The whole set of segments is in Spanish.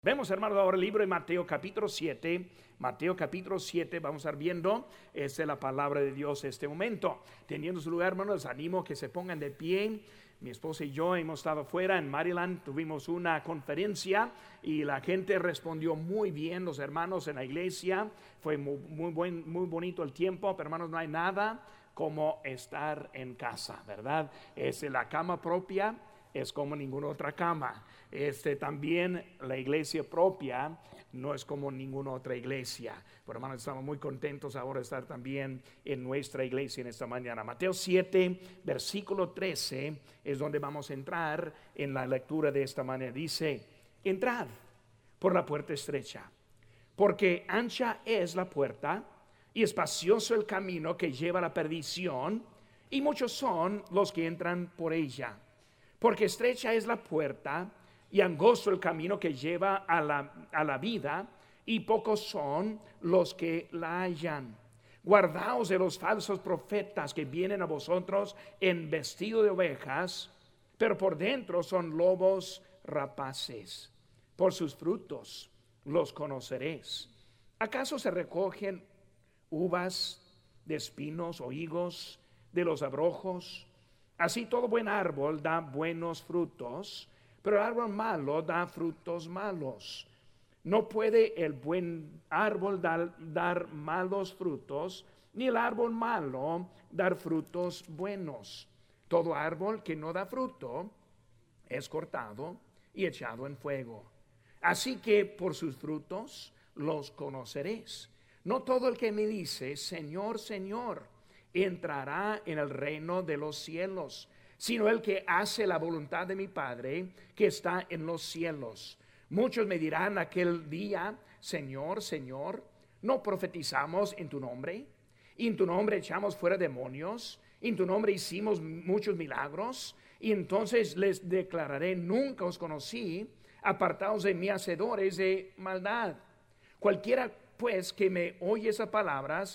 Vemos, hermanos, ahora el libro de Mateo capítulo 7. Mateo capítulo 7, vamos a estar viendo, esta es la palabra de Dios en este momento. Teniendo su lugar, hermanos, les animo a que se pongan de pie. Mi esposa y yo hemos estado fuera en Maryland, tuvimos una conferencia y la gente respondió muy bien, los hermanos en la iglesia. Fue muy bonito el tiempo, pero hermanos, no hay nada como estar en casa, ¿verdad? Es la cama propia. Es como ninguna otra cama. También la iglesia propia no es como ninguna otra iglesia. Pero hermanos, estamos muy contentos ahora de estar también en nuestra iglesia en esta mañana. Mateo 7, versículo 13 es donde vamos a entrar en la lectura de esta manera. Dice: entrad por la puerta estrecha, porque ancha es la puerta y espacioso el camino que lleva a la perdición, y muchos son los que entran por ella. Porque estrecha es la puerta y angosto el camino que lleva a la vida, y pocos son los que la hallan. Guardaos de los falsos profetas que vienen a vosotros en vestido de ovejas, pero por dentro son lobos rapaces. Por sus frutos los conoceréis. ¿Acaso se recogen uvas de espinos o higos de los abrojos? Así todo buen árbol da buenos frutos, pero el árbol malo da frutos malos. No puede el buen árbol dar malos frutos, ni el árbol malo dar frutos buenos. Todo árbol que no da fruto es cortado y echado en fuego. Así que por sus frutos los conoceréis. No todo el que me dice Señor, Señor, entrará en el reino de los cielos, sino el que hace la voluntad de mi Padre que está en los cielos. Muchos me dirán aquel día: Señor, Señor, ¿no profetizamos en tu nombre? Y en tu nombre echamos fuera demonios, y en tu nombre hicimos muchos milagros. Y entonces les declararé: nunca os conocí, apartaos de mí, hacedores de maldad. Cualquiera pues que me oye esas palabras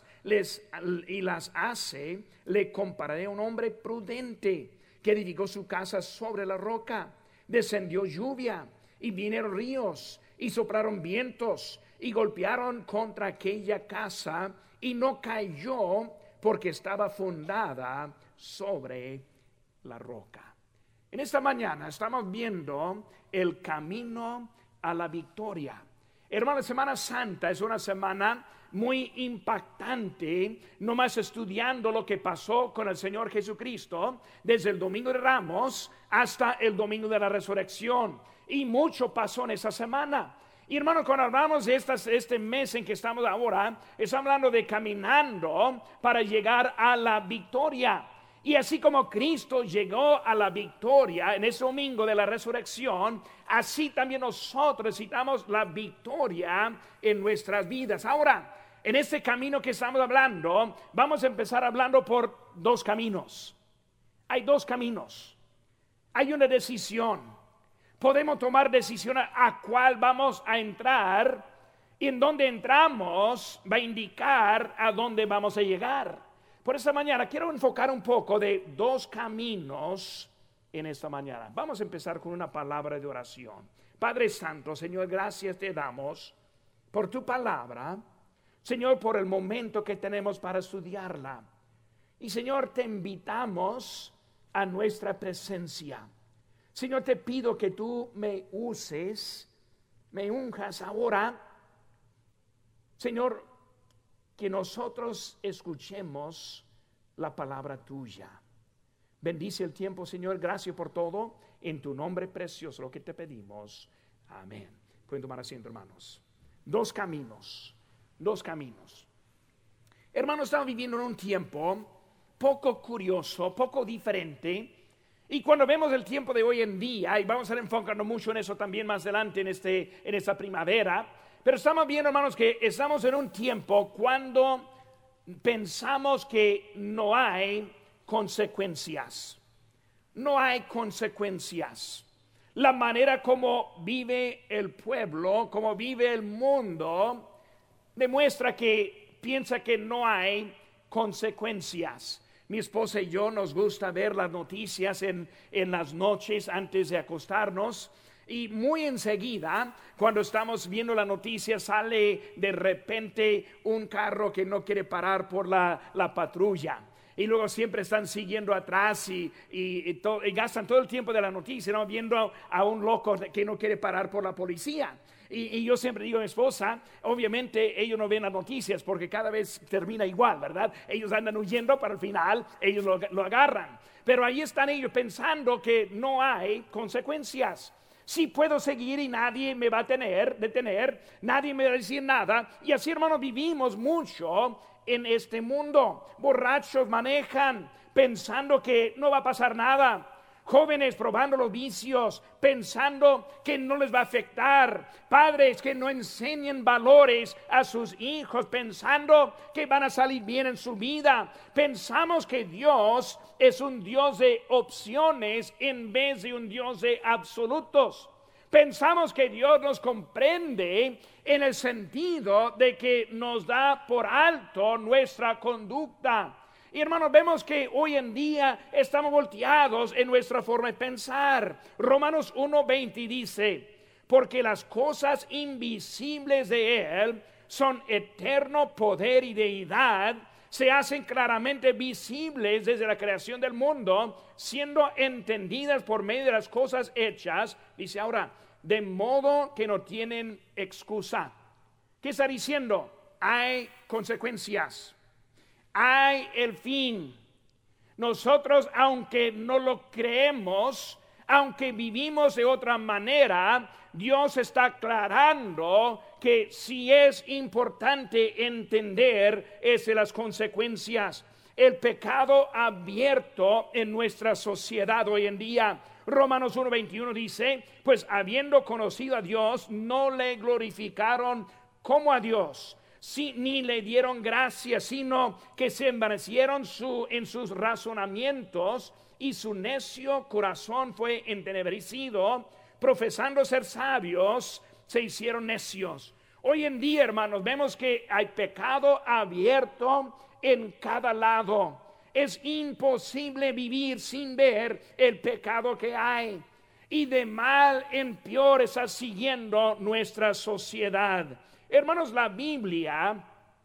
y las hace, le compararé a un hombre prudente que edificó su casa sobre la roca. Descendió lluvia y vinieron ríos y soplaron vientos y golpearon contra aquella casa, y no cayó porque estaba fundada sobre la roca. En esta mañana estamos viendo el camino a la victoria. Hermano, la Semana Santa es una semana muy impactante, nomás estudiando lo que pasó con el Señor Jesucristo desde el Domingo de Ramos hasta el Domingo de la Resurrección, y mucho pasó en esa semana. Y hermano, cuando hablamos de este mes en que estamos ahora, estamos hablando de caminando para llegar a la victoria. Y así como Cristo llegó a la victoria en ese domingo de la resurrección, así también nosotros necesitamos la victoria en nuestras vidas. Ahora, en este camino que estamos hablando, vamos a empezar hablando por dos caminos. Hay dos caminos. Hay una decisión. Podemos tomar decisión a cuál vamos a entrar, y en donde entramos va a indicar a dónde vamos a llegar. Por esta mañana quiero enfocar un poco de dos caminos en esta mañana. Vamos a empezar con una palabra de oración. Padre Santo, Señor, gracias te damos por tu palabra. Señor, por el momento que tenemos para estudiarla. Y Señor, te invitamos a nuestra presencia. Señor, te pido que tú me uses, me unjas ahora. Señor, que nosotros escuchemos la palabra tuya. Bendice el tiempo, Señor. Gracias por todo. En tu nombre precioso lo que te pedimos. Amén. Pueden tomar asiento, hermanos. Dos caminos. Hermanos, estamos viviendo en un tiempo poco curioso, poco diferente. Y cuando vemos el tiempo de hoy en día, y vamos a estar enfocando mucho en eso también más adelante en esta primavera, pero estamos viendo, hermanos, que estamos en un tiempo cuando pensamos que no hay consecuencias. No hay consecuencias. La manera como vive el pueblo, como vive el mundo, demuestra que piensa que no hay consecuencias. Mi esposa y yo nos gusta ver las noticias en las noches antes de acostarnos. Y muy enseguida, cuando estamos viendo la noticia, sale de repente un carro que no quiere parar por la patrulla. Y luego siempre están siguiendo atrás y gastan todo el tiempo de la noticia, ¿no? Viendo a un loco que no quiere parar por la policía. Y yo siempre digo a mi esposa, obviamente ellos no ven las noticias porque cada vez termina igual, ¿verdad? Ellos andan huyendo, para el final ellos lo agarran. Pero ahí están ellos pensando que no hay consecuencias. Si puedo seguir y nadie me va a detener, nadie me va a decir nada. Y así, hermanos, vivimos mucho en este mundo. Borrachos manejan pensando que no va a pasar nada. Jóvenes probando los vicios, pensando que no les va a afectar. Padres que no enseñan valores a sus hijos, pensando que van a salir bien en su vida. Pensamos que Dios es un Dios de opciones en vez de un Dios de absolutos. Pensamos que Dios nos comprende en el sentido de que nos da por alto nuestra conducta. Y hermanos, vemos que hoy en día estamos volteados en nuestra forma de pensar. Romanos 1:20 dice: porque las cosas invisibles de Él son eterno poder y deidad, se hacen claramente visibles desde la creación del mundo, siendo entendidas por medio de las cosas hechas. Dice ahora, de modo que no tienen excusa. ¿Qué está diciendo? Hay consecuencias. Hay el fin. Nosotros, aunque no lo creemos, aunque vivimos de otra manera, Dios está aclarando que sí es importante entender las consecuencias. El pecado abierto en nuestra sociedad hoy en día. Romanos 1:21 dice: pues habiendo conocido a Dios, no le glorificaron como a Dios, ni le dieron gracias, sino que se envanecieron en sus razonamientos, y su necio corazón fue entenebrecido. Profesando ser sabios, se hicieron necios. Hoy en día, hermanos, vemos que hay pecado abierto en cada lado. Es imposible vivir sin ver el pecado que hay. Y de mal en peor está siguiendo nuestra sociedad. Hermanos, la Biblia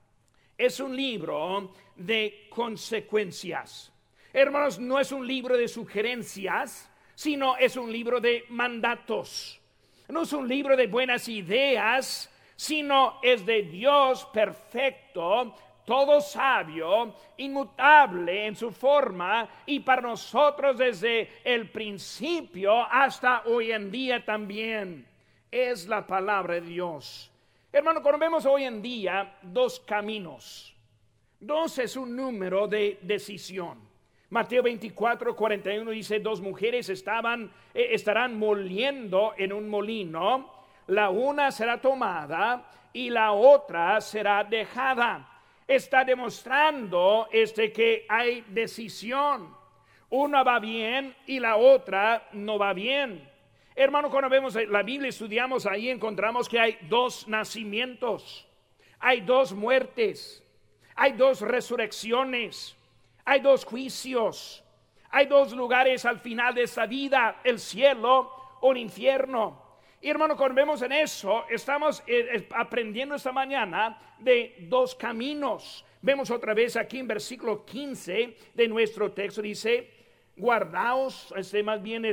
es un libro de consecuencias. Hermanos, no es un libro de sugerencias, sino es un libro de mandatos. No es un libro de buenas ideas, sino es de Dios perfecto, todo sabio, inmutable en su forma, y para nosotros desde el principio hasta hoy en día también es la palabra de Dios. Hermano, cuando vemos hoy en día dos caminos, dos es un número de decisión. Mateo 24:41 dice: dos mujeres estarán moliendo en un molino, la una será tomada y la otra será dejada. Está demostrando que hay decisión. Una va bien y la otra no va bien. Hermano, cuando vemos la Biblia, estudiamos ahí, encontramos que hay dos nacimientos, hay dos muertes, hay dos resurrecciones, hay dos juicios, hay dos lugares al final de esta vida, el cielo o el infierno. Y hermano, cuando vemos en eso, estamos aprendiendo esta mañana de dos caminos. Vemos otra vez aquí en versículo 15 de nuestro texto, dice: guardaos, más bien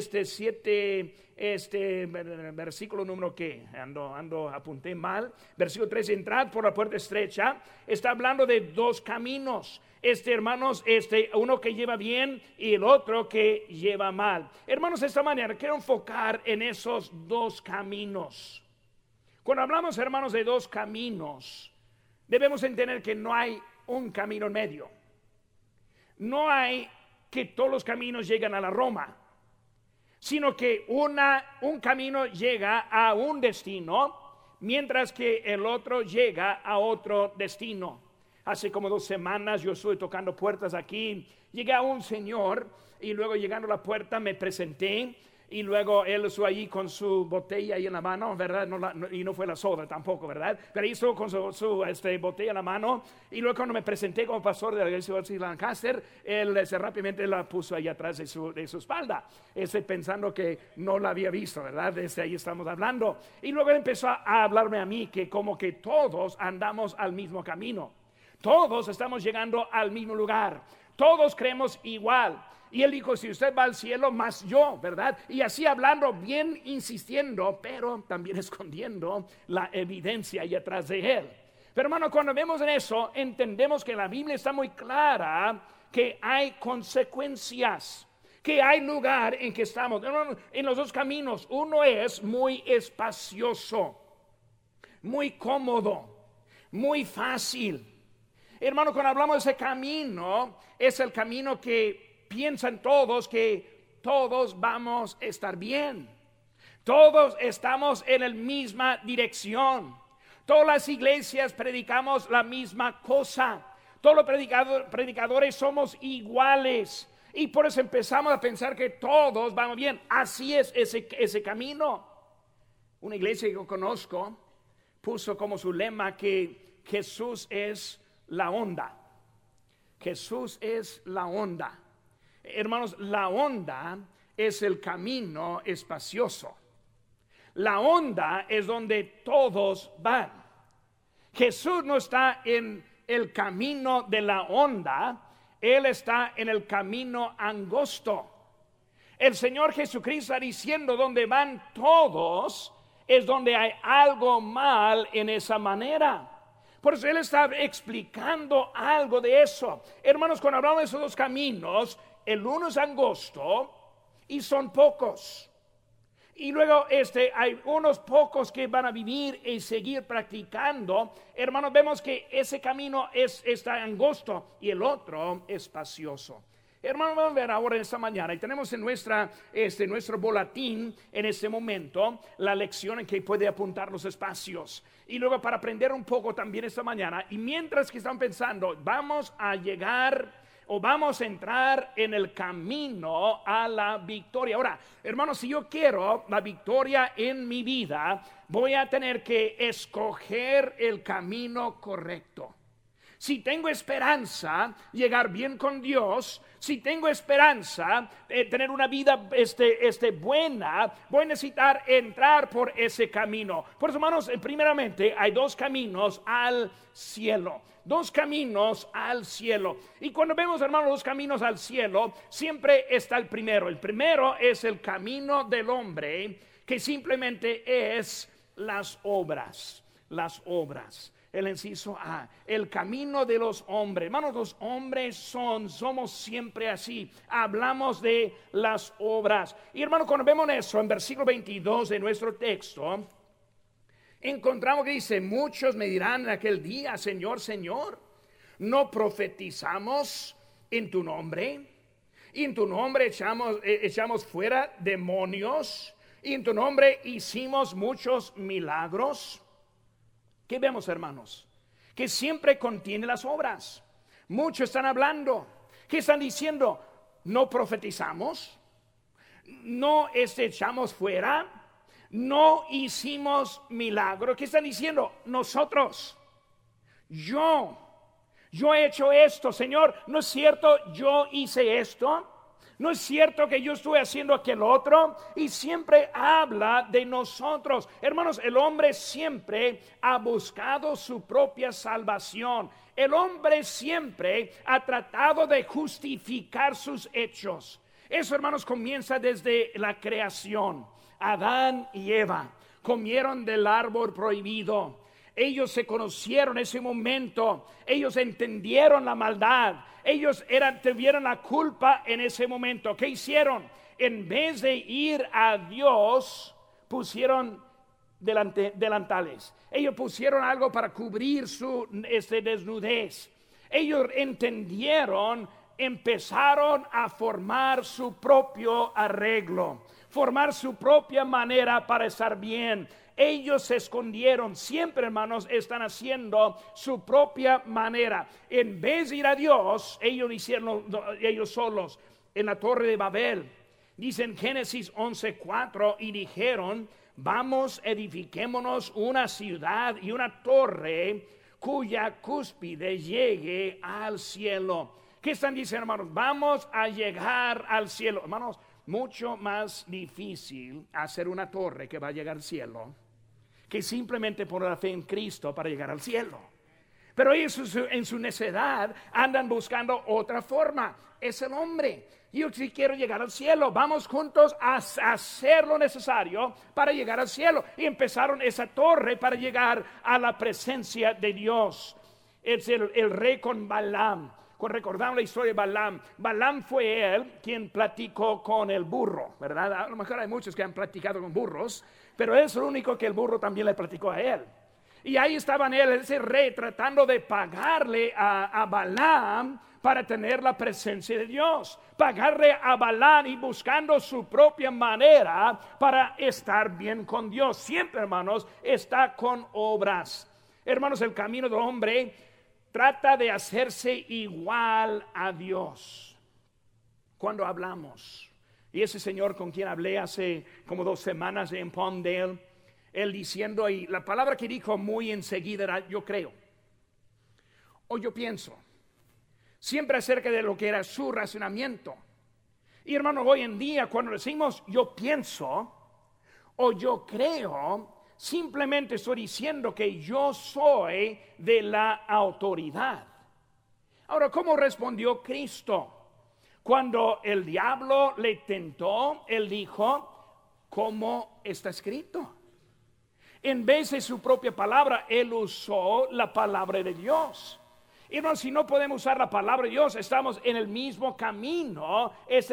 7, versículo número que apunté mal, versículo 3, entrad por la puerta estrecha. Está hablando de dos caminos, hermanos, uno que lleva bien y el otro que lleva mal. Hermanos, esta mañana quiero enfocar en esos dos caminos. Cuando hablamos, hermanos, de dos caminos, debemos entender que no hay un camino en medio. No hay que todos los caminos llegan a la Roma, sino que un camino llega a un destino, mientras que el otro llega a otro destino. Hace como 2 semanas yo estuve tocando puertas aquí, llegué a un señor y luego llegando a la puerta me presenté Y luego él estuvo allí con su botella ahí en la mano, ¿verdad? Y no fue la soda tampoco, ¿verdad? Pero ahí estuvo con su botella en la mano. Y luego cuando me presenté como pastor de la iglesia de Lancaster, él rápidamente la puso ahí atrás de su espalda, pensando que no la había visto, ¿verdad? Desde ahí estamos hablando. Y luego él empezó a hablarme a mí que como que todos andamos al mismo camino. Todos estamos llegando al mismo lugar. Todos creemos igual. Y él dijo, si usted va al cielo, más yo, ¿verdad? Y así hablando, bien insistiendo, pero también escondiendo la evidencia ahí atrás de él. Pero hermano, cuando vemos en eso, entendemos que la Biblia está muy clara que hay consecuencias, que hay lugar en que estamos. En los dos caminos, uno es muy espacioso, muy cómodo, muy fácil. Hermano, cuando hablamos de ese camino, es el camino que piensan todos que todos vamos a estar bien. Todos estamos en la misma dirección. Todas las iglesias predicamos la misma cosa. Todos los predicadores somos iguales. Y por eso empezamos a pensar que todos vamos bien. Así es ese camino. Una iglesia que yo conozco puso como su lema que Jesús es la onda. Jesús es la onda. Hermanos, la onda es el camino espacioso. La onda es donde todos van. Jesús no está en el camino de la onda, Él está en el camino angosto. El Señor Jesucristo está diciendo donde van todos es donde hay algo mal en esa manera. Por eso Él está explicando algo de eso. Hermanos, cuando hablamos de esos dos caminos, el uno es angosto y son pocos. Y luego hay unos pocos que van a vivir y seguir practicando. Hermanos, vemos que ese camino está angosto y el otro espacioso. Hermanos, vamos a ver ahora en esta mañana, y tenemos en nuestro boletín en este momento la lección en que puede apuntar los espacios. Y luego para aprender un poco también esta mañana, y mientras que están pensando, vamos a entrar en el camino a la victoria. Ahora, hermanos, si yo quiero la victoria en mi vida, voy a tener que escoger el camino correcto. Si tengo esperanza llegar bien con Dios, si tengo esperanza tener una vida buena, voy a necesitar entrar por ese camino. Por eso, hermanos, primeramente hay dos caminos al cielo. Dos caminos al cielo. Y cuando vemos, hermanos, dos caminos al cielo, siempre está el primero. El primero es el camino del hombre, que simplemente es las obras. Las obras. El inciso A, el camino de los hombres. Hermanos, los hombres somos siempre así. Hablamos de las obras. Y hermanos, cuando vemos eso en versículo 22 de nuestro texto, encontramos que dice, muchos me dirán en aquel día, Señor, Señor, ¿no profetizamos en tu nombre? Y en tu nombre echamos fuera demonios. Y en tu nombre hicimos muchos milagros. ¿Qué vemos, hermanos? Que siempre contiene las obras. Muchos están hablando. ¿Qué están diciendo? ¿No profetizamos? ¿No echamos fuera? ¿No hicimos milagros? ¿Qué están diciendo? Nosotros. Yo he hecho esto, Señor. ¿No es cierto? Yo hice esto. ¿No es cierto que yo estuve haciendo aquel otro? Y siempre habla de nosotros. Hermanos, el hombre siempre ha buscado su propia salvación. El hombre siempre ha tratado de justificar sus hechos. Eso, hermanos, comienza desde la creación. Adán y Eva comieron del árbol prohibido. Ellos se conocieron en ese momento. Ellos entendieron la maldad. Ellos tuvieron la culpa en ese momento. ¿Qué hicieron? En vez de ir a Dios, pusieron delantales. Ellos pusieron algo para cubrir su desnudez. Ellos entendieron, empezaron a formar su propio arreglo, formar su propia manera para estar bien. Ellos se escondieron. Siempre, hermanos, están haciendo su propia manera. En vez de ir a Dios, ellos hicieron ellos solos. En la Torre de Babel Dice en Génesis 11:4, y dijeron, vamos, edifiquémonos una ciudad y una torre cuya cúspide llegue al cielo. ¿Qué están diciendo, hermanos? Vamos a llegar al cielo. Hermanos, mucho más difícil hacer una torre que va a llegar al cielo que simplemente poner la fe en Cristo para llegar al cielo. Pero ellos en su necedad andan buscando otra forma. Es el hombre. Yo sí quiero llegar al cielo. Vamos juntos a hacer lo necesario para llegar al cielo. Y empezaron esa torre para llegar a la presencia de Dios. Es el rey con Balaam. Recordamos la historia de Balaam. Balaam fue él quien platicó con el burro, ¿verdad? A lo mejor hay muchos que han platicado con burros, pero es el único que el burro también le platicó a él. Y ahí estaban ese rey tratando de pagarle a Balaam para tener la presencia de Dios. Pagarle a Balaam y buscando su propia manera para estar bien con Dios. Siempre, hermanos, está con obras. Hermanos, el camino del hombre trata de hacerse igual a Dios. Cuando hablamos, y ese señor con quien hablé hace como 2 semanas en Palmdale, él diciendo, y la palabra que dijo muy enseguida era yo creo, o yo pienso, siempre acerca de lo que era su razonamiento. Y hermano, hoy en día cuando decimos yo pienso o yo creo, simplemente estoy diciendo que yo soy de la autoridad. Ahora, ¿cómo respondió Cristo? Cuando el diablo le tentó, él dijo, ¿cómo está escrito? En vez de su propia palabra, él usó la palabra de Dios. Y no, si no podemos usar la palabra de Dios, estamos en el mismo camino.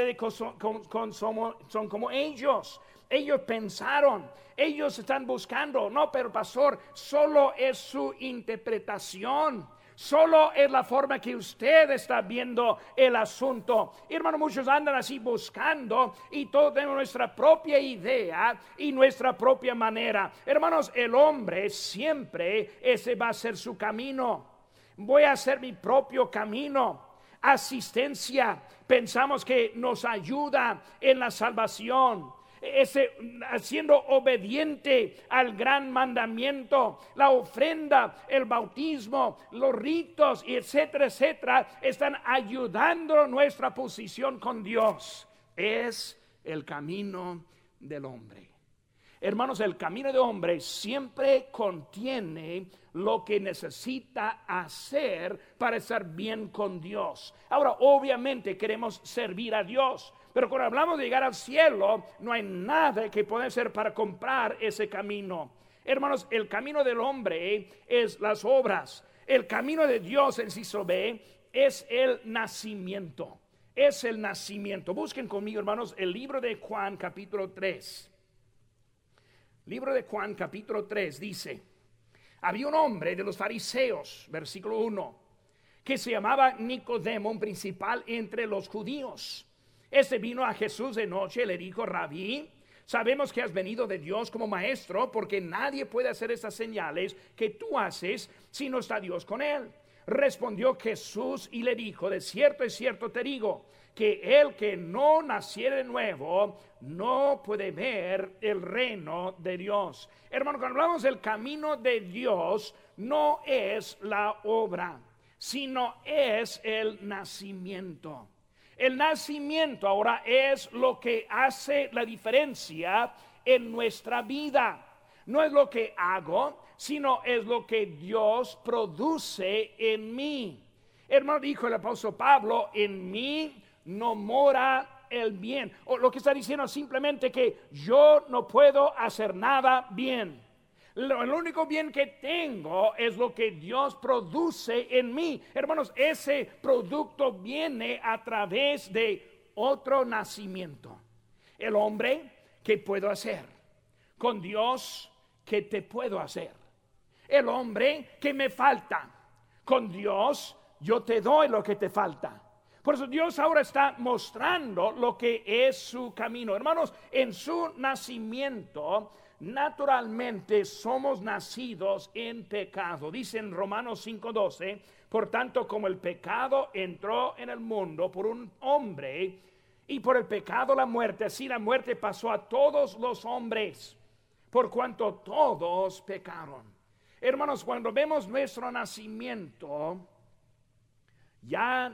Son como ellos. Ellos pensaron, ellos están buscando. No, pero pastor, solo es su interpretación. Solo es la forma que usted está viendo el asunto. Hermano, muchos andan así buscando y todos tenemos nuestra propia idea y nuestra propia manera. Hermanos, el hombre siempre ese va a ser su camino. Voy a hacer mi propio camino. Asistencia, pensamos que nos ayuda en la salvación. Siendo obediente al gran mandamiento, la ofrenda, el bautismo, los ritos, y etcétera, etcétera, están ayudando nuestra posición con Dios. Es el camino del hombre. Hermanos, el camino del hombre siempre contiene lo que necesita hacer para estar bien con Dios. Ahora, obviamente queremos servir a Dios, pero cuando hablamos de llegar al cielo, no hay nada que pueda hacer para comprar ese camino. Hermanos, el camino del hombre es las obras. El camino de Dios, inciso B, es el nacimiento. Es el nacimiento. Busquen conmigo, hermanos, el libro de Juan, capítulo 3. Libro de Juan, capítulo 3, dice: había un hombre de los fariseos, versículo 1, que se llamaba Nicodemo, un principal entre los judíos. Este vino a Jesús de noche y le dijo: Rabí, sabemos que has venido de Dios como maestro, porque nadie puede hacer estas señales que tú haces si no está Dios con él. Respondió Jesús y le dijo: de cierto te digo, que el que no naciere de nuevo no puede ver el reino de Dios. Hermano, cuando hablamos del camino de Dios, no es la obra, sino es el nacimiento. El nacimiento ahora es lo que hace la diferencia en nuestra vida. No es lo que hago, sino es lo que Dios produce en mí. Hermano, dijo el apóstol Pablo: en mí no mora el bien. O lo que está diciendo simplemente que yo no puedo hacer nada bien. El único bien que tengo es lo que Dios produce en mí. Hermanos, ese producto viene a través de otro nacimiento. El hombre, ¿qué puedo hacer? Con Dios, ¿qué te puedo hacer? El hombre, ¿qué me falta? Con Dios, yo te doy lo que te falta. Por eso Dios ahora está mostrando lo que es su camino. Hermanos, en su nacimiento, naturalmente somos nacidos en pecado. Dice en Romanos 5:12: por tanto, como el pecado entró en el mundo por un hombre, Y por el pecado la muerte, así la muerte pasó a todos los hombres, por cuanto todos pecaron. Hermanos, cuando vemos nuestro nacimiento, ya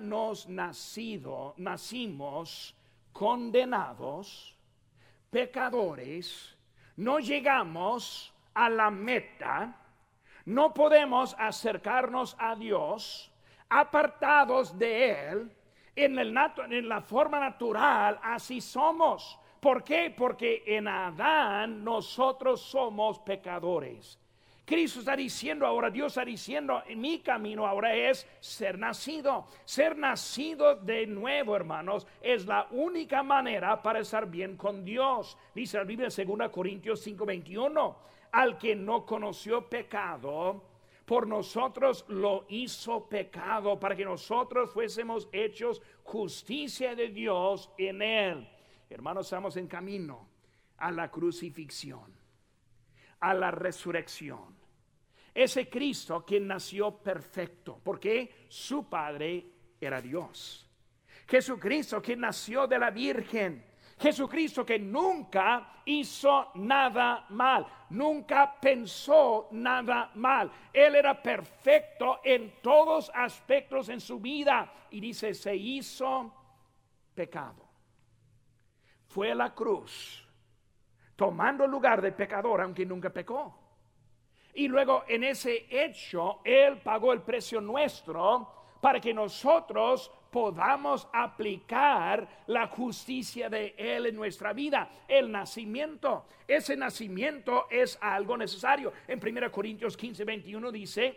nacimos condenados, pecadores, no llegamos a la meta, no podemos acercarnos a Dios, apartados de Él. En la forma natural así somos. ¿Por qué? Porque en Adán nosotros somos pecadores. Cristo está diciendo ahora, Dios está diciendo, mi camino ahora es ser nacido. Ser nacido de nuevo, hermanos, es la única manera para estar bien con Dios. Dice la Biblia en 2 Corintios 5:21, al que no conoció pecado, por nosotros lo hizo pecado, para que nosotros fuésemos hechos justicia de Dios en él. Hermanos, estamos en camino a la crucifixión, a la resurrección. Ese Cristo que nació perfecto, porque su Padre era Dios. Jesucristo que nació de la Virgen. Jesucristo que nunca hizo nada mal, nunca pensó nada mal. Él era perfecto en todos aspectos en su vida. Y dice, se hizo pecado. Fue a la cruz, tomando el lugar del pecador, aunque nunca pecó. Y luego en ese hecho, Él pagó el precio nuestro para que nosotros podamos aplicar la justicia de Él en nuestra vida. El nacimiento, ese nacimiento es algo necesario. En 1 Corintios 15:21 dice,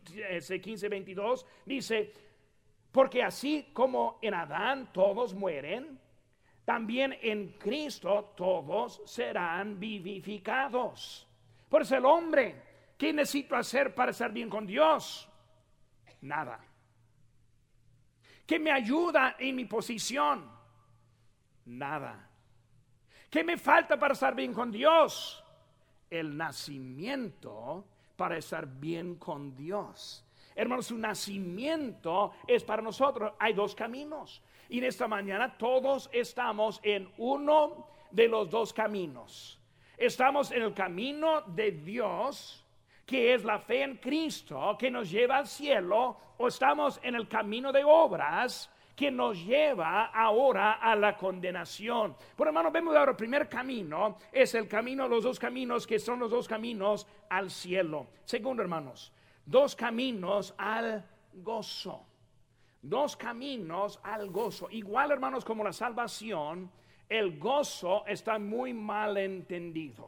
15:22 dice, porque así como en Adán todos mueren, también en Cristo todos serán vivificados. Por eso el hombre, ¿qué necesito hacer para estar bien con Dios? Nada. ¿Qué me ayuda en mi posición? Nada. ¿Qué me falta para estar bien con Dios? El nacimiento para estar bien con Dios. Hermanos, su nacimiento es para nosotros. Hay dos caminos. Y en esta mañana todos estamos en uno de los dos caminos. Estamos en el camino de Dios, que es la fe en Cristo, que nos lleva al cielo, o estamos en el camino de obras, que nos lleva ahora a la condenación. Por hermano, vemos ahora el primer camino, es el camino, los dos caminos, que son los dos caminos al cielo. Segundo, hermanos, dos caminos al gozo. Dos caminos al gozo. Igual, hermanos, como la salvación, el gozo está muy mal entendido.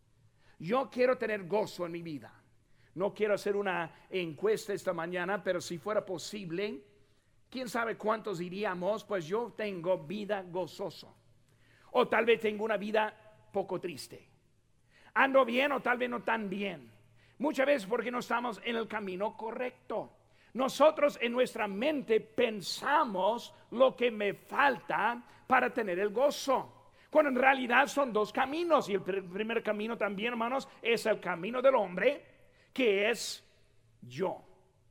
Yo quiero tener gozo en mi vida. No quiero hacer una encuesta esta mañana, pero si fuera posible, quién sabe cuántos diríamos, pues yo tengo vida gozoso. O tal vez tengo una vida poco triste. Ando bien o tal vez no tan bien. Muchas veces porque no estamos en el camino correcto. Nosotros en nuestra mente pensamos lo que me falta para tener el gozo, cuando en realidad son dos caminos. Y el primer camino también, hermanos, es el camino del hombre, que es yo.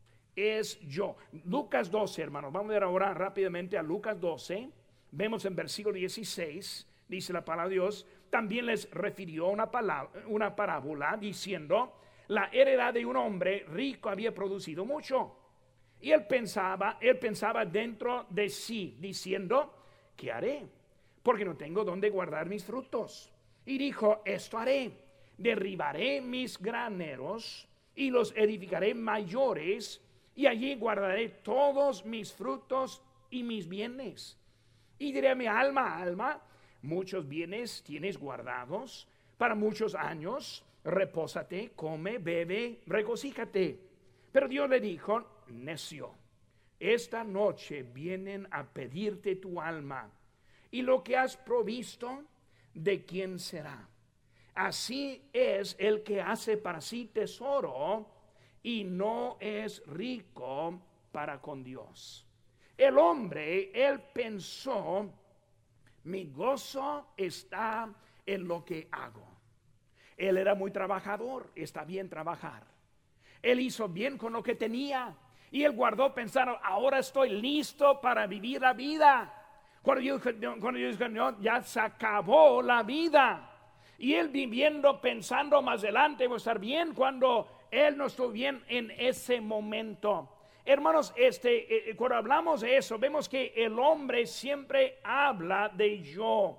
Es yo. Lucas 12, hermanos. Vamos a ver ahora rápidamente a Lucas 12. Vemos en versículo 16, dice la palabra de Dios. También les refirió una parábola diciendo, la heredad de un hombre rico había producido mucho. Y él pensaba dentro de sí, diciendo, ¿qué haré? Porque no tengo dónde guardar mis frutos. Y dijo, esto haré, derribaré mis graneros y los edificaré mayores, y allí guardaré todos mis frutos y mis bienes. Y diré a mi alma, muchos bienes tienes guardados para muchos años, repósate, come, bebe, regocíjate. Pero Dios le dijo, necio, esta noche vienen a pedirte tu alma, y lo que has provisto, ¿de quién será? Así es el que hace para sí tesoro y no es rico para con Dios. El hombre, él pensó, mi gozo está en lo que hago. Él era muy trabajador, está bien trabajar. Él hizo bien con lo que tenía y él guardó pensando, ahora estoy listo para vivir la vida. Cuando yo dije, no, ya se acabó la vida. Y él viviendo, pensando más adelante, voy a estar bien, cuando él no estuvo bien en ese momento. Hermanos, cuando hablamos de eso, vemos que el hombre siempre habla de yo.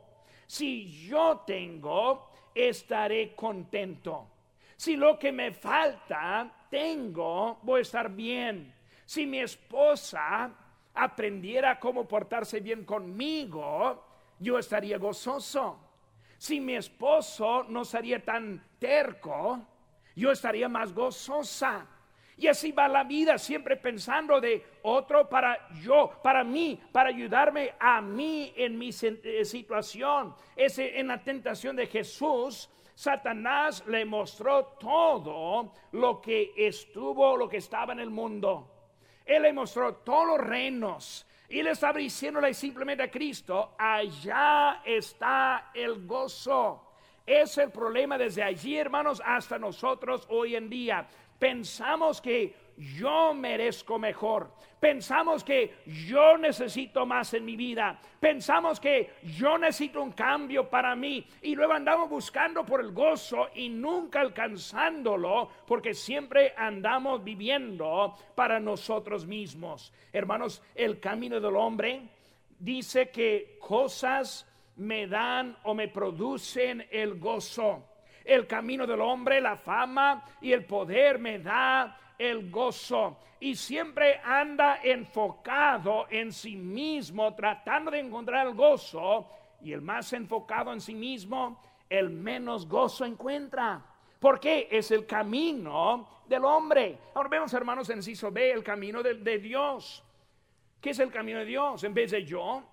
Si yo tengo, estaré contento. Si lo que me falta tengo, voy a estar bien. Si mi esposa aprendiera cómo portarse bien conmigo, yo estaría gozoso. Si mi esposo no sería tan terco, yo estaría más gozosa. Y así va la vida, siempre pensando de otro para yo, para mí, para ayudarme a mí en mi situación. En la tentación de Jesús, Satanás le mostró todo lo que estaba en el mundo. Él le mostró todos los reinos. Y le estaba diciéndole simplemente a Cristo, allá está el gozo. Es el problema desde allí, hermanos, hasta nosotros hoy en día. Pensamos que yo merezco mejor. Pensamos que yo necesito más en mi vida. Pensamos que yo necesito un cambio para mí. Y luego andamos buscando por el gozo y nunca alcanzándolo, porque siempre andamos viviendo para nosotros mismos. Hermanos, el camino del hombre dice que cosas me dan o me producen el gozo. El camino del hombre, la fama y el poder me da el gozo. Y siempre anda enfocado en sí mismo, tratando de encontrar el gozo. Y el más enfocado en sí mismo, el menos gozo encuentra. ¿Por qué? Es el camino del hombre. Ahora vemos, hermanos, en inciso B, el camino de Dios. ¿Qué es el camino de Dios? En vez de yo,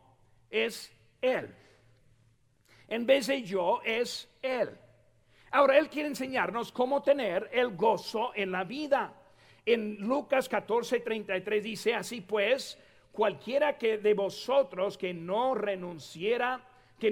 es Él. En vez de yo, es Él. Ahora, Él quiere enseñarnos cómo tener el gozo en la vida. En Lucas 14:33 dice, así pues, cualquiera que de vosotros que no renuncia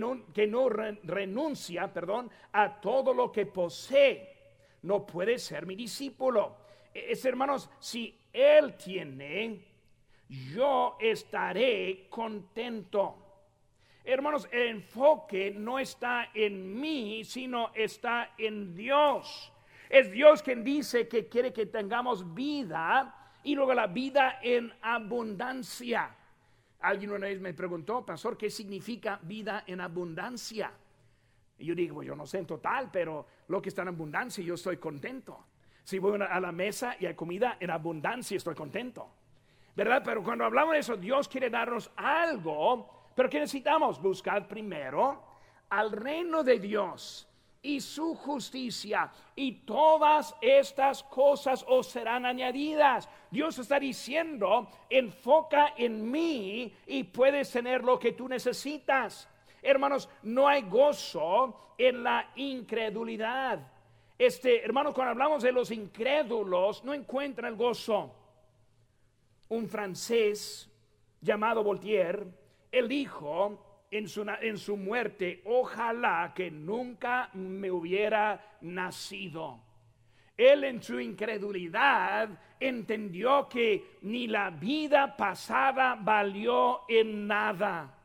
a todo lo que posee, no puede ser mi discípulo. Hermanos, si Él tiene, yo estaré contento. Hermanos, el enfoque no está en mí, sino está en Dios. Es Dios quien dice que quiere que tengamos vida y luego la vida en abundancia. Alguien una vez me preguntó, pastor, ¿qué significa vida en abundancia? Y yo digo, yo no sé en total, pero lo que está en abundancia, yo estoy contento. Si voy a la mesa y hay comida en abundancia, estoy contento, ¿verdad? Pero cuando hablamos de eso, Dios quiere darnos algo. Pero ¿qué necesitamos? Buscar primero al reino de Dios y su justicia, y todas estas cosas os serán añadidas. Dios está diciendo, enfoca en mí y puedes tener lo que tú necesitas. Hermanos, no hay gozo en la incredulidad. Hermanos, cuando hablamos de los incrédulos, no encuentran el gozo. Un francés llamado Voltaire, él dijo en su muerte, ojalá que nunca me hubiera nacido. Él en su incredulidad entendió que ni la vida pasada valió en nada.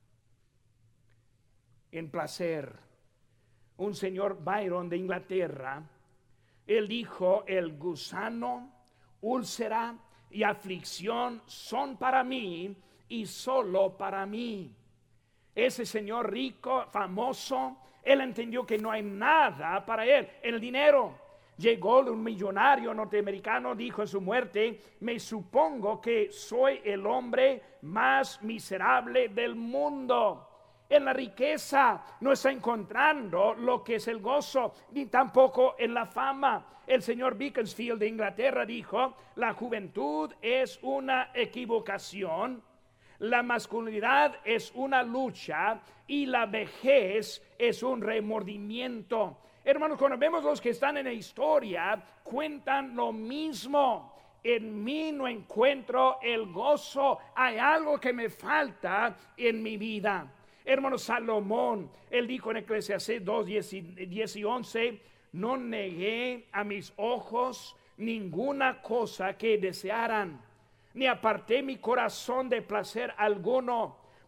En placer, un señor Byron de Inglaterra, él dijo, el gusano, úlcera y aflicción son para mí y solo para mí. Ese señor rico, famoso, él entendió que no hay nada para él en el dinero. Llegó un millonario norteamericano, dijo en su muerte, me supongo que soy el hombre más miserable del mundo. En la riqueza no está encontrando lo que es el gozo, ni tampoco en la fama. El señor Beaconsfield de Inglaterra dijo, la juventud es una equivocación, la masculinidad es una lucha y la vejez es un remordimiento. Hermanos, cuando vemos los que están en la historia, cuentan lo mismo. En mí no encuentro el gozo, hay algo que me falta en mi vida. Hermanos, Salomón, él dijo en Eclesiastés 2:10 y 11, no negué a mis ojos ninguna cosa que desearan, ni aparté mi corazón de placer alguno,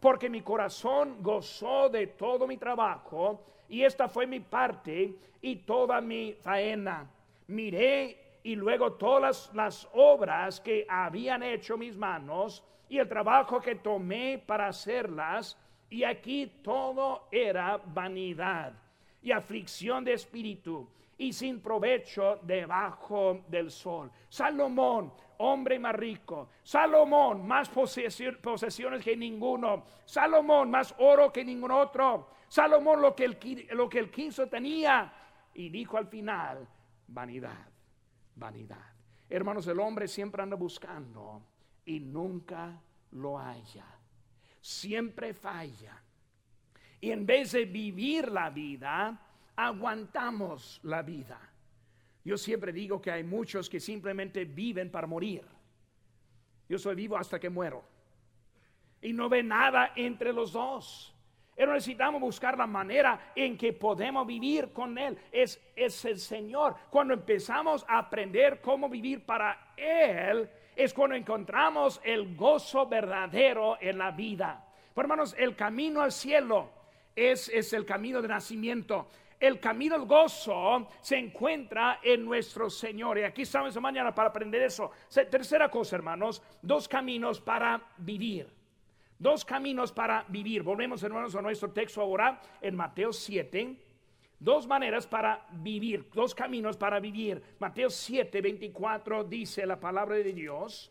porque mi corazón gozó de todo mi trabajo, y esta fue mi parte y toda mi faena. Miré y luego todas las obras que habían hecho mis manos, y el trabajo que tomé para hacerlas, y aquí todo era vanidad y aflicción de espíritu, y sin provecho debajo del sol. Salomón, hombre más rico. Salomón, más posesiones que ninguno. Salomón, más oro que ningún otro. Salomón, lo que él quiso tenía. Y dijo al final: vanidad, vanidad. Hermanos, el hombre siempre anda buscando y nunca lo halla. Siempre falla. Y en vez de vivir la vida, aguantamos la vida. Yo siempre digo que hay muchos que simplemente viven para morir. Yo soy vivo hasta que muero, y no ve nada entre los dos. Pero necesitamos buscar la manera en que podemos vivir con Él. Es el Señor. Cuando empezamos a aprender cómo vivir para Él, es cuando encontramos el gozo verdadero en la vida. Pero hermanos, el camino al cielo es el camino de nacimiento. El camino al gozo se encuentra en nuestro Señor. Y aquí estamos esta mañana para aprender eso. Tercera cosa, hermanos, dos caminos para vivir. Dos caminos para vivir. Volvemos, hermanos, a nuestro texto ahora en Mateo 7. Dos maneras para vivir, dos caminos para vivir. Mateo 7, 24 dice la palabra de Dios: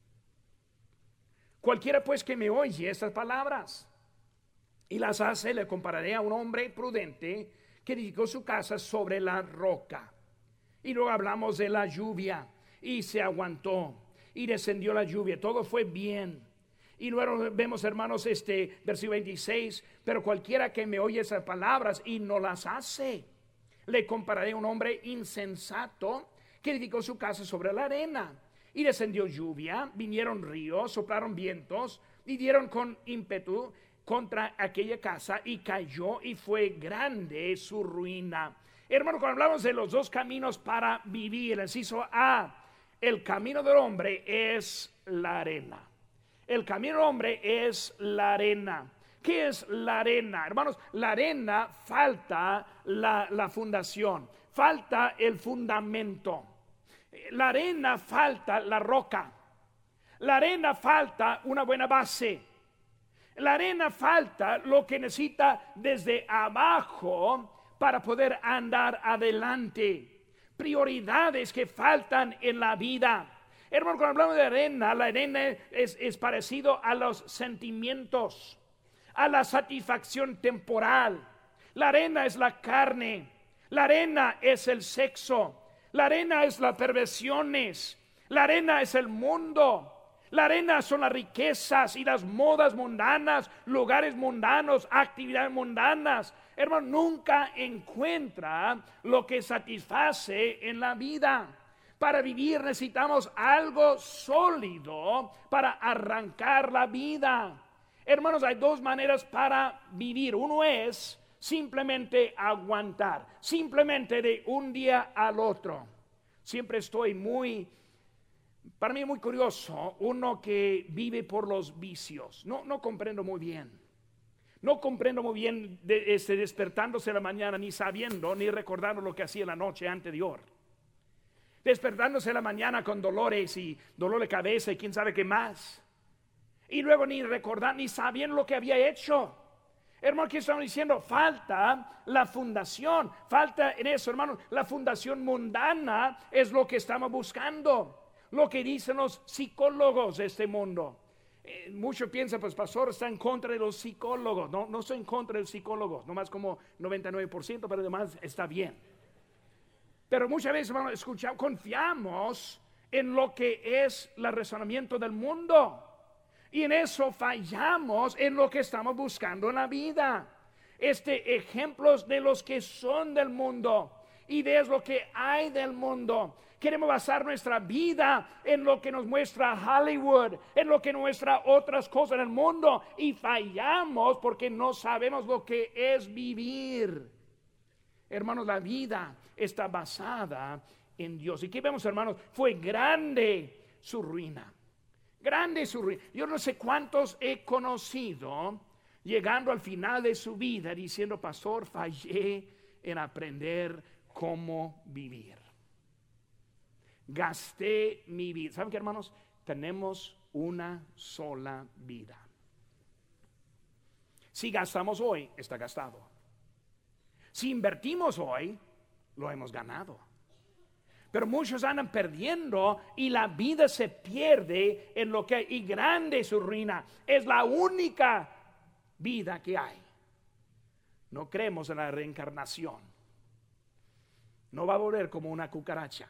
cualquiera pues que me oye estas palabras y las hace, le compararé a un hombre prudente que edificó su casa sobre la roca. Y luego hablamos de la lluvia, y se aguantó, y descendió la lluvia, todo fue bien. Y luego vemos, hermanos, versículo 26, pero cualquiera que me oye esas palabras y no las hace, le compararé a un hombre insensato que edificó su casa sobre la arena. Y descendió lluvia, vinieron ríos, soplaron vientos, y dieron con ímpetu contra aquella casa, y cayó, y fue grande su ruina. Hermano, cuando hablamos de los dos caminos para vivir, el inciso A, el camino del hombre es la arena. El camino del hombre es la arena. ¿Qué es la arena? Hermanos, la arena falta la fundación, falta el fundamento. La arena falta la roca. La arena falta una buena base. La arena falta lo que necesita desde abajo para poder andar adelante. Prioridades que faltan en la vida. Hermano, cuando hablamos de arena, la arena es parecido a los sentimientos, a la satisfacción temporal. La arena es la carne. La arena es el sexo. La arena es las perversiones. La arena es el mundo. La arena son las riquezas y las modas mundanas, lugares mundanos, actividades mundanas. Hermano, nunca encuentra lo que satisface en la vida. Para vivir necesitamos algo sólido para arrancar la vida. Hermanos, hay dos maneras para vivir. Uno es simplemente aguantar, simplemente de un día al otro. Siempre estoy para mí muy curioso, uno que vive por los vicios. No comprendo muy bien. No comprendo muy bien despertándose en la mañana, ni sabiendo, ni recordando lo que hacía la noche anterior. Despertándose en la mañana con dolores y dolor de cabeza y quién sabe qué más. Y luego ni recordar, ni sabiendo lo que había hecho. Hermano, ¿qué estamos diciendo? Falta la fundación. Falta en eso, hermano. La fundación mundana es lo que estamos buscando. Lo que dicen los psicólogos de este mundo. Muchos piensan, pues pastor está en contra de los psicólogos. No estoy en contra de los psicólogos, nomás como 99%, pero además está bien. Pero muchas veces, hermano, confiamos en lo que es el razonamiento del mundo. Y en eso fallamos en lo que estamos buscando en la vida. Ejemplos de los que son del mundo. Ideas lo que hay del mundo. Queremos basar nuestra vida en lo que nos muestra Hollywood, en lo que nos muestra otras cosas del mundo, y fallamos porque no sabemos lo que es vivir. Hermanos, la vida está basada en Dios. ¿Y qué vemos, hermanos? Fue grande su ruina. Grande es su ruina. Yo no sé cuántos he conocido llegando al final de su vida diciendo, pastor, fallé en aprender cómo vivir. Gasté mi vida. ¿Saben qué, hermanos? Tenemos una sola vida. Si gastamos hoy, está gastado. Si invertimos hoy, lo hemos ganado. Pero muchos andan perdiendo y la vida se pierde en lo que, y grande es su ruina. Es la única vida que hay. No creemos en la reencarnación. No va a volver como una cucaracha.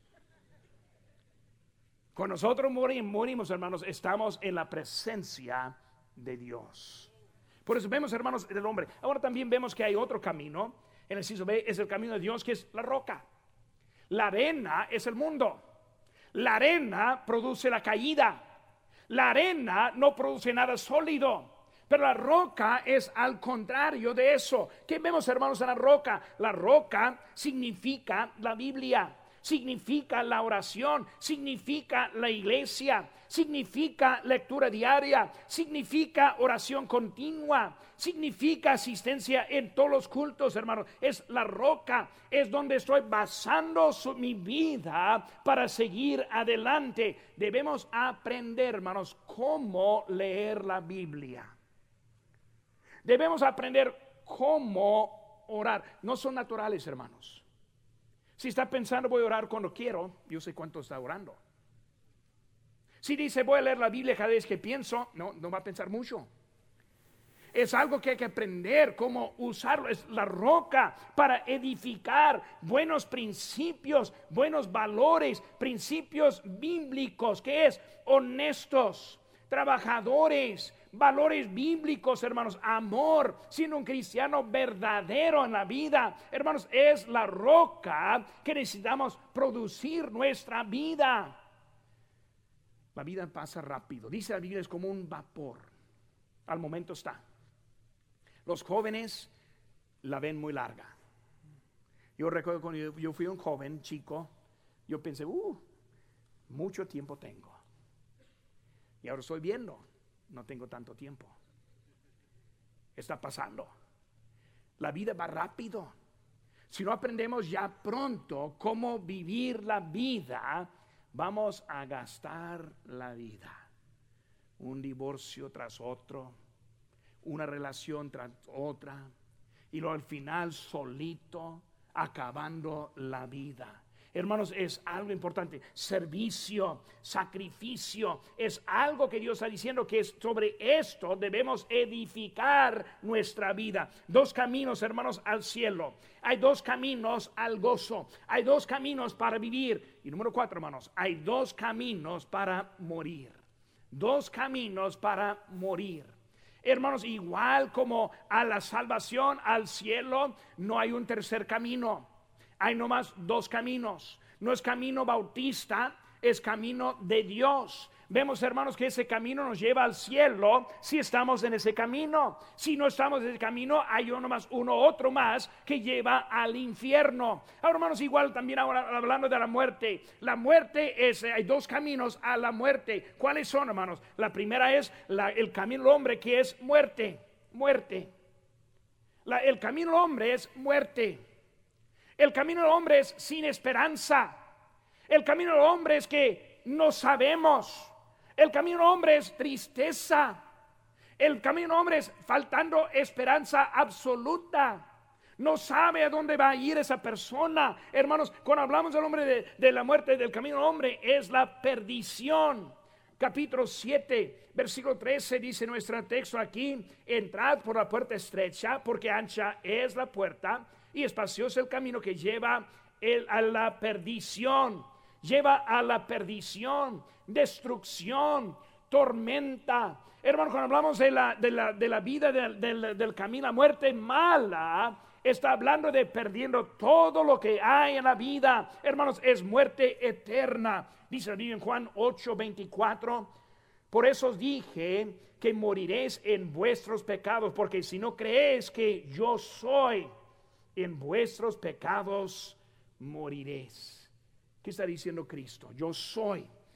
Cuando nosotros morimos, hermanos, estamos en la presencia de Dios. Por eso vemos, hermanos, el hombre. Ahora también vemos que hay otro camino. En el inciso B es el camino de Dios, que es la roca. La arena es el mundo. La arena produce la caída. La arena no produce nada sólido. Pero la roca es al contrario de eso. ¿Qué vemos, hermanos, en la roca? La roca significa la Biblia. Significa la oración, significa la iglesia, significa lectura diaria, significa oración continua, significa asistencia en todos los cultos, hermanos. Es la roca, es donde estoy basando mi vida para seguir adelante. Debemos aprender, hermanos, cómo leer la Biblia. Debemos aprender cómo orar. No son naturales, hermanos. Si está pensando voy a orar cuando quiero, yo sé cuánto está orando. Si dice voy a leer la Biblia cada vez que pienso, no va a pensar mucho. Es algo que hay que aprender cómo usarlo. Es la roca para edificar buenos principios, buenos valores, principios bíblicos, que es honestos, trabajadores, valores bíblicos, hermanos, amor, siendo un cristiano verdadero en la vida, hermanos, es la roca que necesitamos producir nuestra vida. La vida pasa rápido, dice la Biblia, es como un vapor, al momento está. Los jóvenes la ven muy larga. Yo recuerdo cuando yo fui un joven chico, yo pensé, mucho tiempo tengo. Y ahora estoy viendo, no tengo tanto tiempo. Está pasando. La vida va rápido. Si no aprendemos ya pronto cómo vivir la vida, vamos a gastar la vida. Un divorcio tras otro, una relación tras otra, y luego al final solito, acabando la vida. Hermanos, es algo importante. Servicio, sacrificio, es algo que Dios está diciendo que es sobre esto debemos edificar nuestra vida. Dos caminos, hermanos, al cielo. Hay dos caminos al gozo. Hay dos caminos para vivir. Y número 4, hermanos, hay dos caminos para morir. Dos caminos para morir. Hermanos, igual como a la salvación, al cielo, no hay un tercer camino. Hay nomás dos caminos. No es camino bautista, es camino de Dios. Vemos, hermanos, que ese camino nos lleva al cielo si estamos en ese camino. Si no estamos en ese camino, hay otro más que lleva al infierno. Ahora, hermanos, igual también ahora hablando de la muerte. La muerte es, hay dos caminos a la muerte. ¿Cuáles son, hermanos? La primera es el camino del hombre, que es muerte. El camino del hombre es muerte. El camino del hombre es sin esperanza. El camino del hombre es que no sabemos. El camino del hombre es tristeza. El camino del hombre es faltando esperanza absoluta. No sabe a dónde va a ir esa persona. Hermanos, cuando hablamos del hombre de la muerte, del camino del hombre, es la perdición. Capítulo 7, versículo 13 dice nuestro texto aquí: entrad por la puerta estrecha, porque ancha es la puerta y espacioso el camino que lleva a la perdición. Lleva a la perdición, destrucción, tormenta. Hermano, cuando hablamos de la vida del camino a muerte mala, está hablando de perdiendo todo lo que hay en la vida. Hermanos, es muerte eterna. Dice en Juan 8:24: por eso os dije que moriréis en vuestros pecados, porque si no creéis que yo soy, en vuestros pecados moriréis. ¿Qué está diciendo Cristo? Yo soy.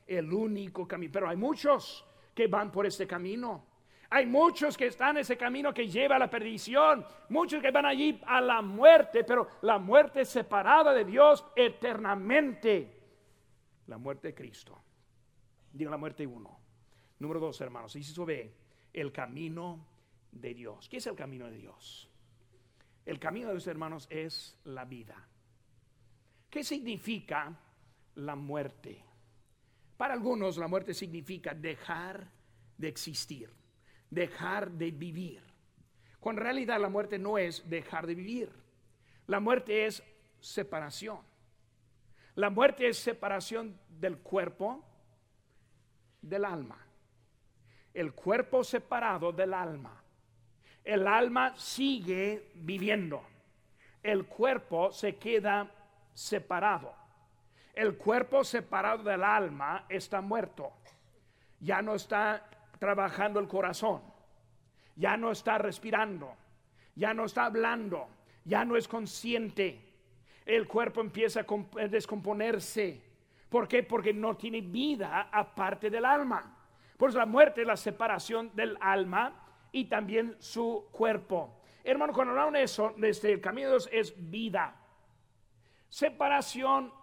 el único camino. Pero hay muchos que van por este camino. Hay muchos que están en ese camino que lleva a la perdición. Muchos que van allí a la muerte, pero la muerte separada de Dios eternamente. La muerte de Cristo. Digo la muerte 1. Número 2, hermanos. Y si se ve el camino de Dios. ¿Qué es el camino de Dios? El camino de Dios, hermanos, es la vida. ¿Qué significa la muerte? Para algunos la muerte significa dejar de existir, dejar de vivir. Cuando en realidad la muerte no es dejar de vivir. La muerte es separación. La muerte es separación del cuerpo, del alma. El cuerpo separado del alma. El alma sigue viviendo. El cuerpo se queda separado. El cuerpo separado del alma está muerto. Ya no está trabajando el corazón. Ya no está respirando. Ya no está hablando. Ya no es consciente. El cuerpo empieza a descomponerse. ¿Por qué? Porque no tiene vida aparte del alma. Por eso la muerte es la separación del alma y también su cuerpo. Hermano, cuando hablamos de eso, desde el camino de Dios es vida. Separación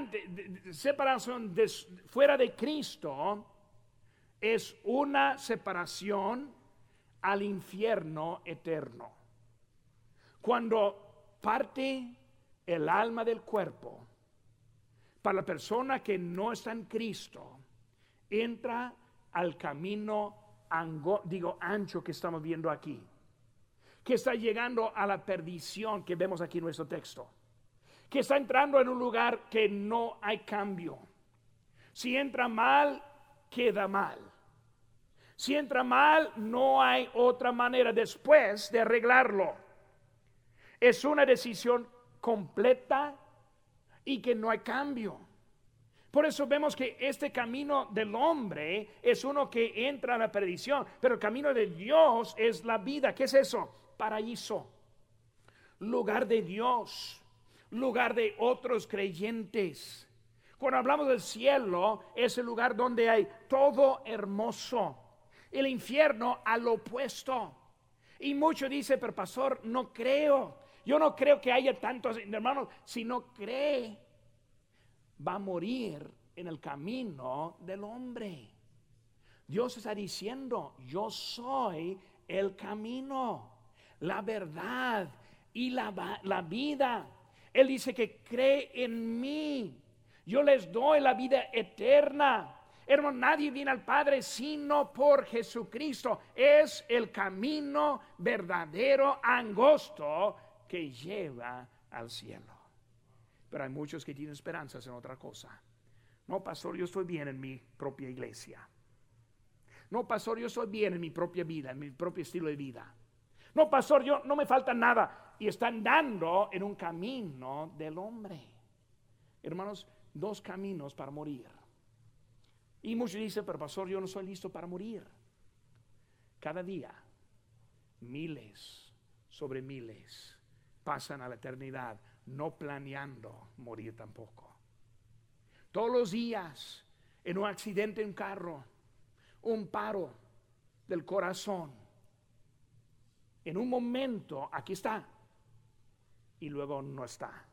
fuera de Cristo es una separación al infierno eterno. Cuando parte el alma del cuerpo, para la persona que no está en Cristo, entra al camino ancho que estamos viendo aquí, que está llegando a la perdición que vemos aquí en nuestro texto, que está entrando en un lugar que no hay cambio. Si entra mal, queda mal. Si entra mal, no hay otra manera después de arreglarlo. Es una decisión completa y que no hay cambio. Por eso vemos que este camino del hombre es uno que entra a la perdición, pero el camino de Dios es la vida. ¿Qué es eso? Paraíso, lugar de Dios, lugar de otros creyentes. Cuando hablamos del cielo, es el lugar donde hay todo hermoso. El infierno al opuesto. Y muchos dicen, pero pastor, no creo. Yo no creo que haya tantos hermanos. Si no cree, va a morir en el camino del hombre. Dios está diciendo, yo soy el camino, la verdad y la vida. Él dice que cree en mí. Yo les doy la vida eterna. Hermano, nadie viene al Padre sino por Jesucristo. Es el camino verdadero, angosto, que lleva al cielo. Pero hay muchos que tienen esperanzas en otra cosa. No, pastor, yo estoy bien en mi propia iglesia. No, pastor, yo estoy bien en mi propia vida, en mi propio estilo de vida. No, pastor, yo no me falta nada. Y están dando en un camino del hombre. Hermanos, dos caminos para morir. Y muchos dicen, pero pastor, yo no soy listo para morir. Cada día, miles sobre miles pasan a la eternidad, no planeando morir tampoco. Todos los días, en un accidente en carro, un paro del corazón, en un momento, aquí está, y luego no está.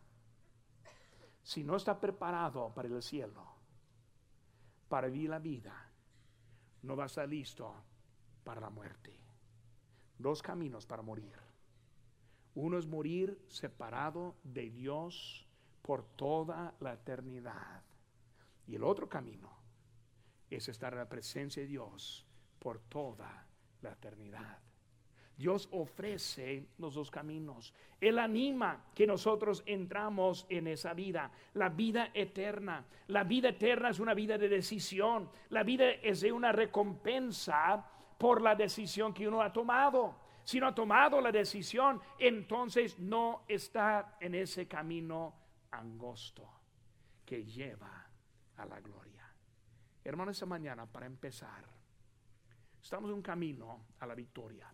Si no está preparado para el cielo, para vivir la vida, no va a estar listo para la muerte. Dos caminos para morir. Uno es morir separado de Dios por toda la eternidad. Y el otro camino es estar en la presencia de Dios por toda la eternidad. Dios ofrece los dos caminos. Él anima que nosotros entramos en esa vida, la vida eterna. La vida eterna es una vida de decisión. La vida es de una recompensa por la decisión que uno ha tomado. Si no ha tomado la decisión, entonces no está en ese camino angosto que lleva a la gloria. Hermanos, esta mañana, para empezar, estamos en un camino a la victoria.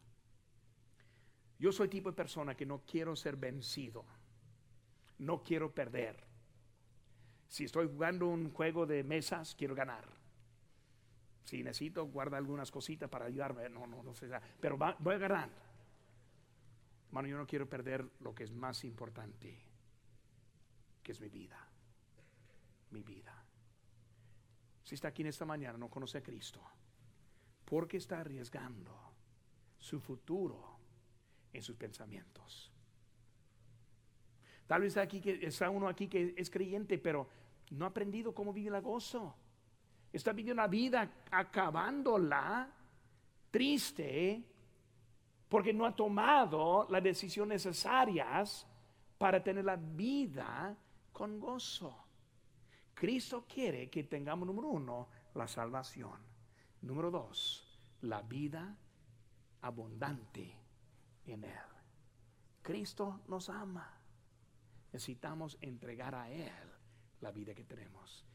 Yo soy tipo de persona que no quiero ser vencido, no quiero perder. Si estoy jugando un juego de mesas, quiero ganar. Si necesito, guarda algunas cositas para ayudarme. No sé, pero voy agarrando. Hermano, yo no quiero perder lo que es más importante, que es mi vida. Mi vida. Si está aquí en esta mañana, no conoce a Cristo, porque está arriesgando su futuro en sus pensamientos. Tal vez está uno aquí que es creyente, pero no ha aprendido cómo vivir el gozo. Está viviendo una vida acabándola, triste, porque no ha tomado las decisiones necesarias para tener la vida con gozo. Cristo quiere que tengamos, número 1, la salvación. Número 2, la vida abundante en Él. Cristo nos ama. Necesitamos entregar a Él la vida que tenemos.